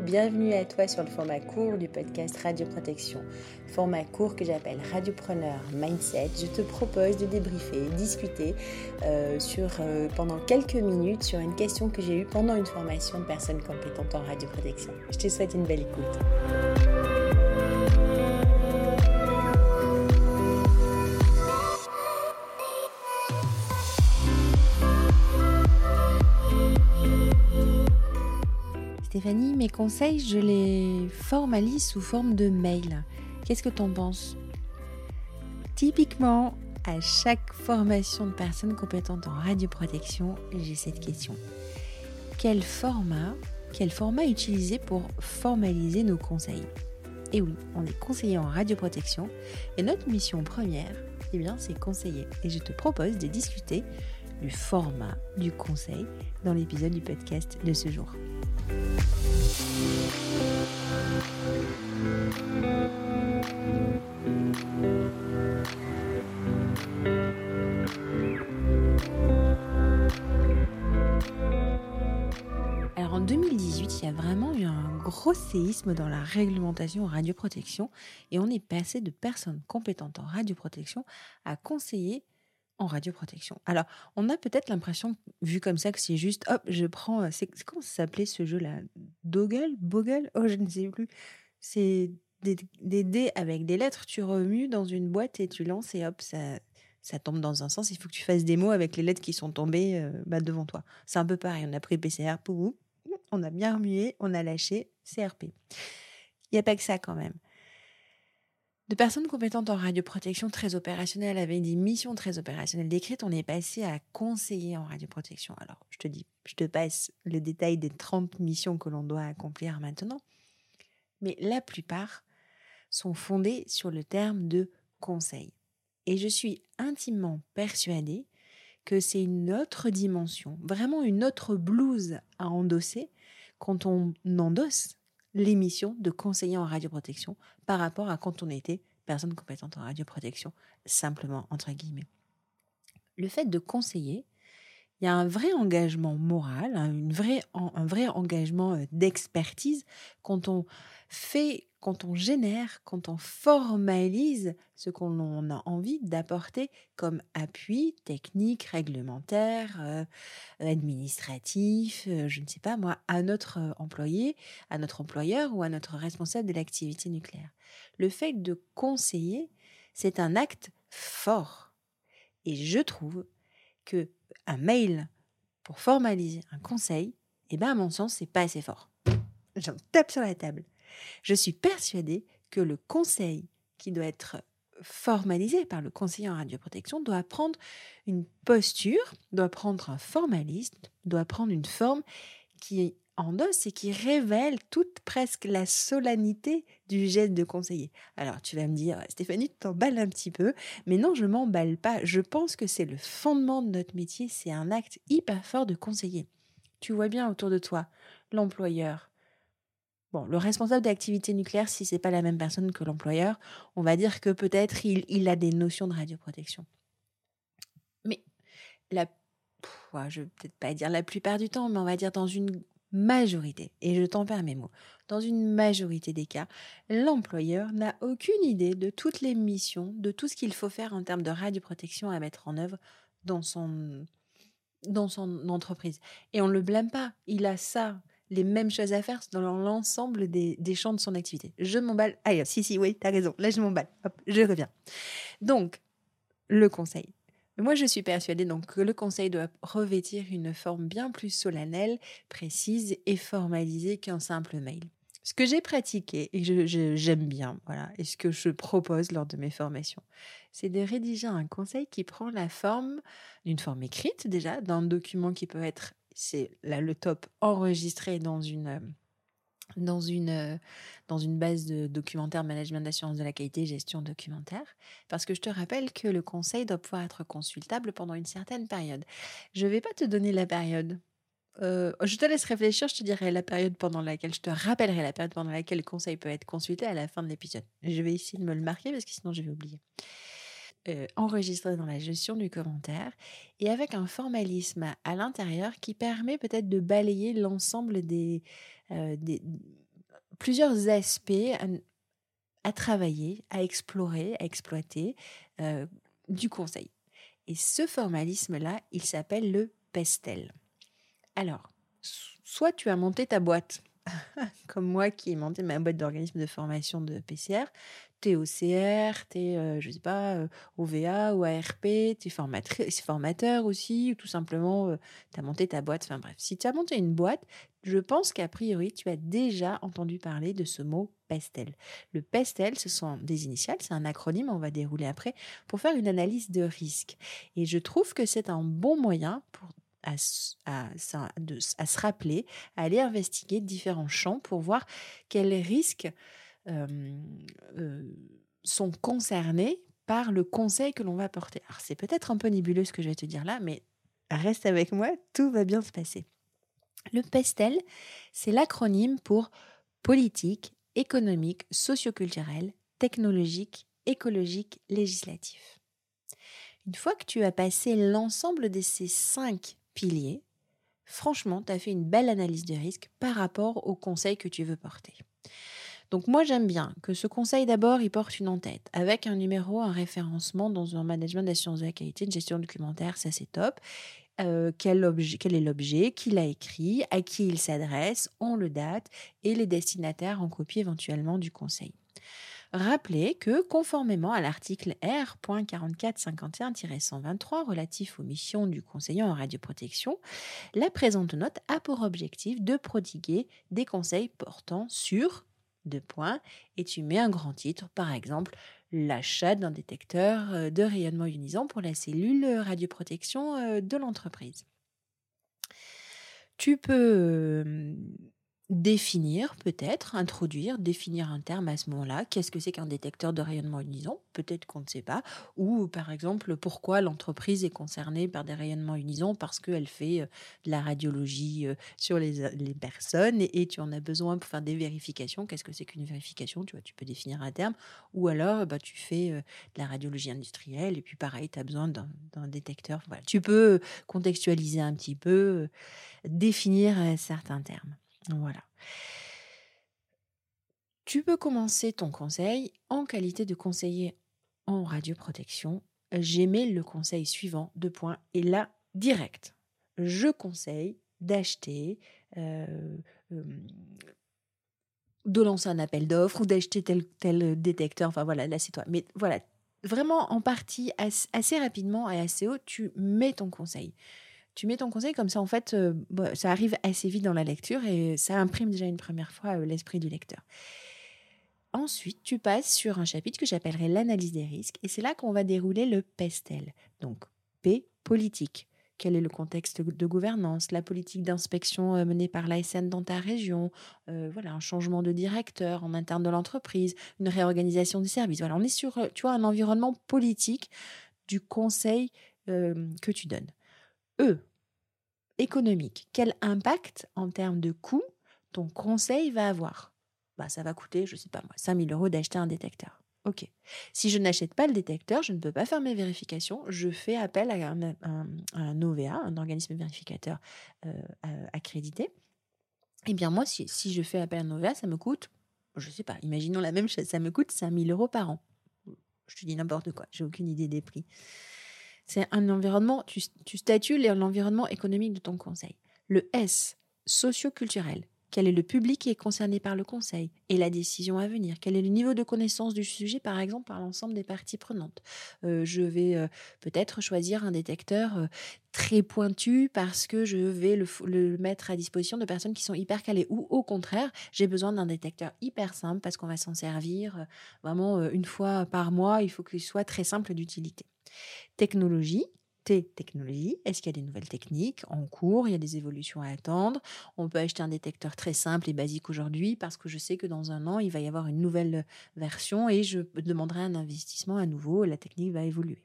Bienvenue à toi sur le format court du podcast Radioprotection. Format court que j'appelle Radiopreneur Mindset. Je te propose de débriefer, discuter pendant quelques minutes sur une question que j'ai eue pendant une formation de personnes compétentes en radioprotection. Je te souhaite une belle écoute. Stéphanie, mes conseils, je les formalise sous forme de mail. Qu'est-ce que t'en penses ? Typiquement, à chaque formation de personnes compétentes en radioprotection, j'ai cette question. Quel format utiliser pour formaliser nos conseils ? Et oui, on est conseiller en radioprotection et notre mission première, c'est conseiller. Et je te propose de discuter du format du conseil dans l'épisode du podcast de ce jour. Alors en 2018, il y a vraiment eu un gros séisme dans la réglementation en radioprotection et on est passé de personnes compétentes en radioprotection à conseiller en radioprotection. Alors, on a peut-être l'impression, vu comme ça, que c'est juste, hop, je prends, c'est comment ça s'appelait ce jeu-là ? Bogle ? Oh, je ne sais plus. C'est des dés avec des lettres, tu remues dans une boîte et tu lances et hop, ça tombe dans un sens. Il faut que tu fasses des mots avec les lettres qui sont tombées devant toi. C'est un peu pareil, on a pris PCR, pouf, on a bien remué, on a lâché, CRP. Il n'y a pas que ça quand même. De personnes compétentes en radioprotection très opérationnelles, avec des missions très opérationnelles décrites, on est passé à conseiller en radioprotection. Alors, je te passe le détail des 30 missions que l'on doit accomplir maintenant, mais la plupart sont fondées sur le terme de conseil. Et je suis intimement persuadée que c'est une autre dimension, vraiment une autre blouse à endosser quand on endosse les missions de conseiller en radioprotection par rapport à quand on était personne compétente en radioprotection, simplement entre guillemets. Le fait de conseiller, il y a un vrai engagement moral, un vrai engagement d'expertise quand on génère, quand on formalise ce qu'on a envie d'apporter comme appui technique, réglementaire, administratif, je ne sais pas moi, à notre employé, à notre employeur ou à notre responsable de l'activité nucléaire. Le fait de conseiller, c'est un acte fort. Et je trouve que un mail pour formaliser un conseil, à mon sens, c'est pas assez fort. J'en tape sur la table. Je suis persuadée que le conseil qui doit être formalisé par le conseiller en radioprotection doit prendre une posture, doit prendre un formaliste, doit prendre une forme qui endosse et qui révèle toute presque la solennité du geste de conseiller. Alors tu vas me dire, Stéphanie, tu t'emballes un petit peu, mais non, je m'emballe pas. Je pense que c'est le fondement de notre métier, c'est un acte hyper fort de conseiller. Tu vois bien autour de toi, l'employeur. Bon, le responsable d'activité nucléaire, si c'est pas la même personne que l'employeur, on va dire que peut-être il a des notions de radioprotection. Mais je vais peut-être pas dire la plupart du temps, mais on va dire dans une majorité, et je t'en perds mes mots, dans une majorité des cas, l'employeur n'a aucune idée de toutes les missions, de tout ce qu'il faut faire en termes de radioprotection à mettre en œuvre dans son entreprise. Et on ne le blâme pas, il a les mêmes choses à faire dans l'ensemble des champs de son activité. Je m'emballe. Allez, oui, t'as raison, là je m'emballe. Hop, je reviens. Donc, le conseil. Moi, je suis persuadée donc que le conseil doit revêtir une forme bien plus solennelle, précise et formalisée qu'un simple mail. Ce que j'ai pratiqué et que j'aime bien, voilà, et ce que je propose lors de mes formations, c'est de rédiger un conseil qui prend la forme d'une forme écrite déjà, d'un document qui peut être, c'est là le top, enregistré dans une base de documentaire management d'assurance de la qualité gestion documentaire, parce que je te rappelle que le conseil doit pouvoir être consultable pendant une certaine période. Je ne vais pas te donner la période. Je te laisse réfléchir, je te dirai la période pendant laquelle, je te rappellerai la période pendant laquelle le conseil peut être consulté à la fin de l'épisode. Je vais essayer de me le marquer parce que sinon je vais oublier. Enregistré dans la gestion du commentaire et avec un formalisme à l'intérieur qui permet peut-être de balayer l'ensemble des plusieurs aspects à travailler, à explorer, à exploiter du conseil. Et ce formalisme-là, il s'appelle le PESTEL. Alors, soit tu as monté ta boîte, comme moi qui ai monté ma boîte d'organisme de formation de PCR, t'es OCR, t'es, je sais pas, OVA ou ARP, t'es formateur aussi, ou tout simplement, t'as monté ta boîte. Enfin bref, si tu as monté une boîte, je pense qu'a priori, tu as déjà entendu parler de ce mot PESTEL. Le PESTEL, ce sont des initiales, c'est un acronyme, on va dérouler après, pour faire une analyse de risque. Et je trouve que c'est un bon moyen pour à se rappeler, à aller investiguer différents champs pour voir quels risques euh, sont concernés par le conseil que l'on va porter. Alors, c'est peut-être un peu nébuleux ce que je vais te dire là, mais reste avec moi, tout va bien se passer. Le PESTEL, c'est l'acronyme pour politique, économique, socioculturel, technologique, écologique, législatif. Une fois que tu as passé l'ensemble de ces 5 piliers, franchement, tu as fait une belle analyse de risque par rapport au conseil que tu veux porter. Donc moi, j'aime bien que ce conseil, d'abord, il porte une en-tête avec un numéro, un référencement dans un management d'assurance de la qualité, une gestion documentaire, ça c'est top. Quel est l'objet, qui l'a écrit, à qui il s'adresse, on le date et les destinataires en copie éventuellement du conseil. Rappelez que, conformément à l'article R.4451-123 relatif aux missions du conseiller en radioprotection, la présente note a pour objectif de prodiguer des conseils portant sur 2 points, et tu mets un grand titre, par exemple l'achat d'un détecteur de rayonnement ionisant pour la cellule radioprotection de l'entreprise. Tu peux définir peut-être, définir un terme à ce moment-là. Qu'est-ce que c'est qu'un détecteur de rayonnement ionisant? Peut-être qu'on ne sait pas. Ou par exemple, pourquoi l'entreprise est concernée par des rayonnements ionisants? Parce qu'elle fait de la radiologie sur les personnes et tu en as besoin pour faire des vérifications. Qu'est-ce que c'est qu'une vérification? Tu vois, tu peux définir un terme. Ou alors, tu fais de la radiologie industrielle et puis pareil, tu as besoin d'un détecteur. Voilà. Tu peux contextualiser un petit peu, définir certains termes. Voilà. Tu peux commencer ton conseil en qualité de conseiller en radioprotection. J'émets le conseil suivant, 2 points, et là, direct. Je conseille d'acheter, de lancer un appel d'offres ou d'acheter tel détecteur. Enfin voilà, là c'est toi. Mais voilà, vraiment en partie, assez rapidement et assez haut, tu mets ton conseil. Tu mets ton conseil comme ça, en fait, ça arrive assez vite dans la lecture et ça imprime déjà une première fois l'esprit du lecteur. Ensuite, tu passes sur un chapitre que j'appellerai l'analyse des risques et c'est là qu'on va dérouler le PESTEL. Donc, P, politique. Quel est le contexte de gouvernance, la politique d'inspection menée par l'ASN dans ta région, voilà, un changement de directeur en interne de l'entreprise, une réorganisation des services. Voilà, on est sur, tu vois, un environnement politique du conseil que tu donnes. E, économique. Quel impact en termes de coût ton conseil va avoir? Ça va coûter, je ne sais pas moi, 5 000 € d'acheter un détecteur. Ok. Si je n'achète pas le détecteur, je ne peux pas faire mes vérifications. Je fais appel à un OVA, un organisme vérificateur accrédité. Eh bien moi, si je fais appel à un OVA, ça me coûte, je ne sais pas, imaginons la même chose, ça me coûte 5 000 € par an. Je te dis n'importe quoi, j'ai aucune idée des prix. C'est un environnement, tu statues l'environnement économique de ton conseil. Le S, socio-culturel. Quel est le public qui est concerné par le conseil et la décision à venir? Quel est le niveau de connaissance du sujet, par exemple, par l'ensemble des parties prenantes? Je vais peut-être choisir un détecteur très pointu parce que je vais le mettre à disposition de personnes qui sont hyper calées. Ou au contraire, j'ai besoin d'un détecteur hyper simple parce qu'on va s'en servir vraiment une fois par mois. Il faut qu'il soit très simple d'utilité. Technologie, technologie. Est-ce qu'il y a des nouvelles techniques en cours? Il y a des évolutions à attendre. On peut acheter un détecteur très simple et basique aujourd'hui parce que je sais que dans un an, il va y avoir une nouvelle version et je demanderai un investissement à nouveau. La technique va évoluer.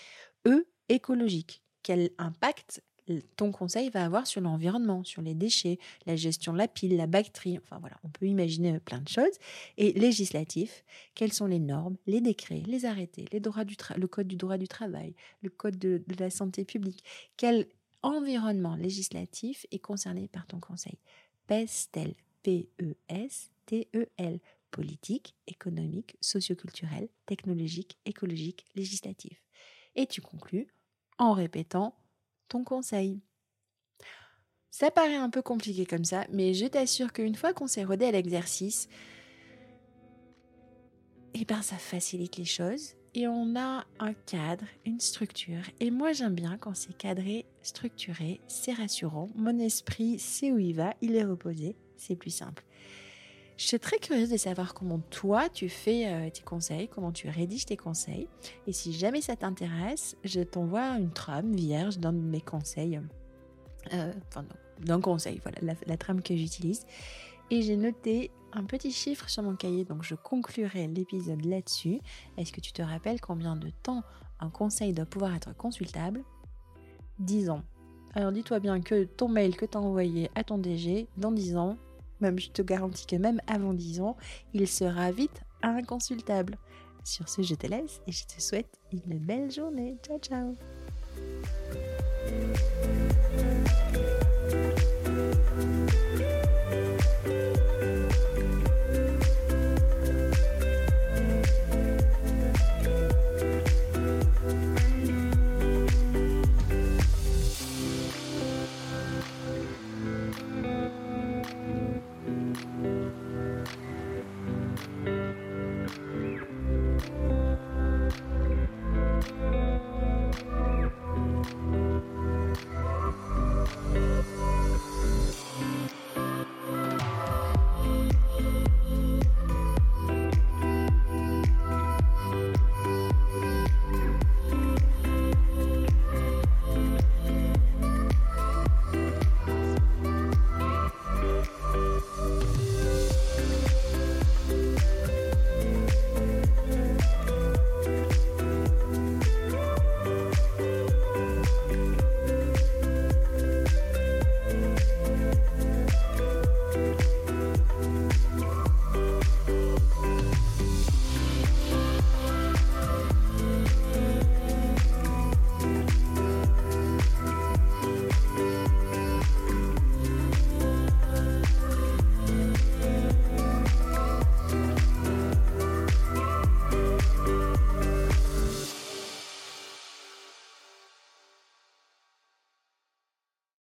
Écologique. Quel impact ton conseil va avoir sur l'environnement, sur les déchets, la gestion de la pile, la batterie, enfin voilà, on peut imaginer plein de choses. Et législatif, quelles sont les normes, les décrets, les arrêtés, le code du droit du travail, le code de la santé publique. Quel environnement législatif est concerné par ton conseil? PESTEL, P-E-S, PTEL, politique, économique, socioculturelle, technologique, écologique, législatif. Et tu conclus en répétant ton conseil. Ça paraît un peu compliqué comme ça, mais je t'assure qu'une fois qu'on s'est rodé à l'exercice, ça facilite les choses et on a un cadre, une structure. Et moi, j'aime bien quand c'est cadré, structuré, c'est rassurant. Mon esprit sait où il va, il est reposé, c'est plus simple. Je suis très curieuse de savoir comment toi, tu fais tes conseils, comment tu rédiges tes conseils. Et si jamais ça t'intéresse, je t'envoie une trame vierge d'un de mes conseils. D'un conseil, voilà, la trame que j'utilise. Et j'ai noté un petit chiffre sur mon cahier, donc je conclurai l'épisode là-dessus. Est-ce que tu te rappelles combien de temps un conseil doit pouvoir être consultable ? 10 ans. Alors dis-toi bien que ton mail que tu as envoyé à ton DG, dans 10 ans, même je te garantis que même avant 10 ans, il sera vite inconsultable. Sur ce, je te laisse et je te souhaite une belle journée. Ciao, ciao.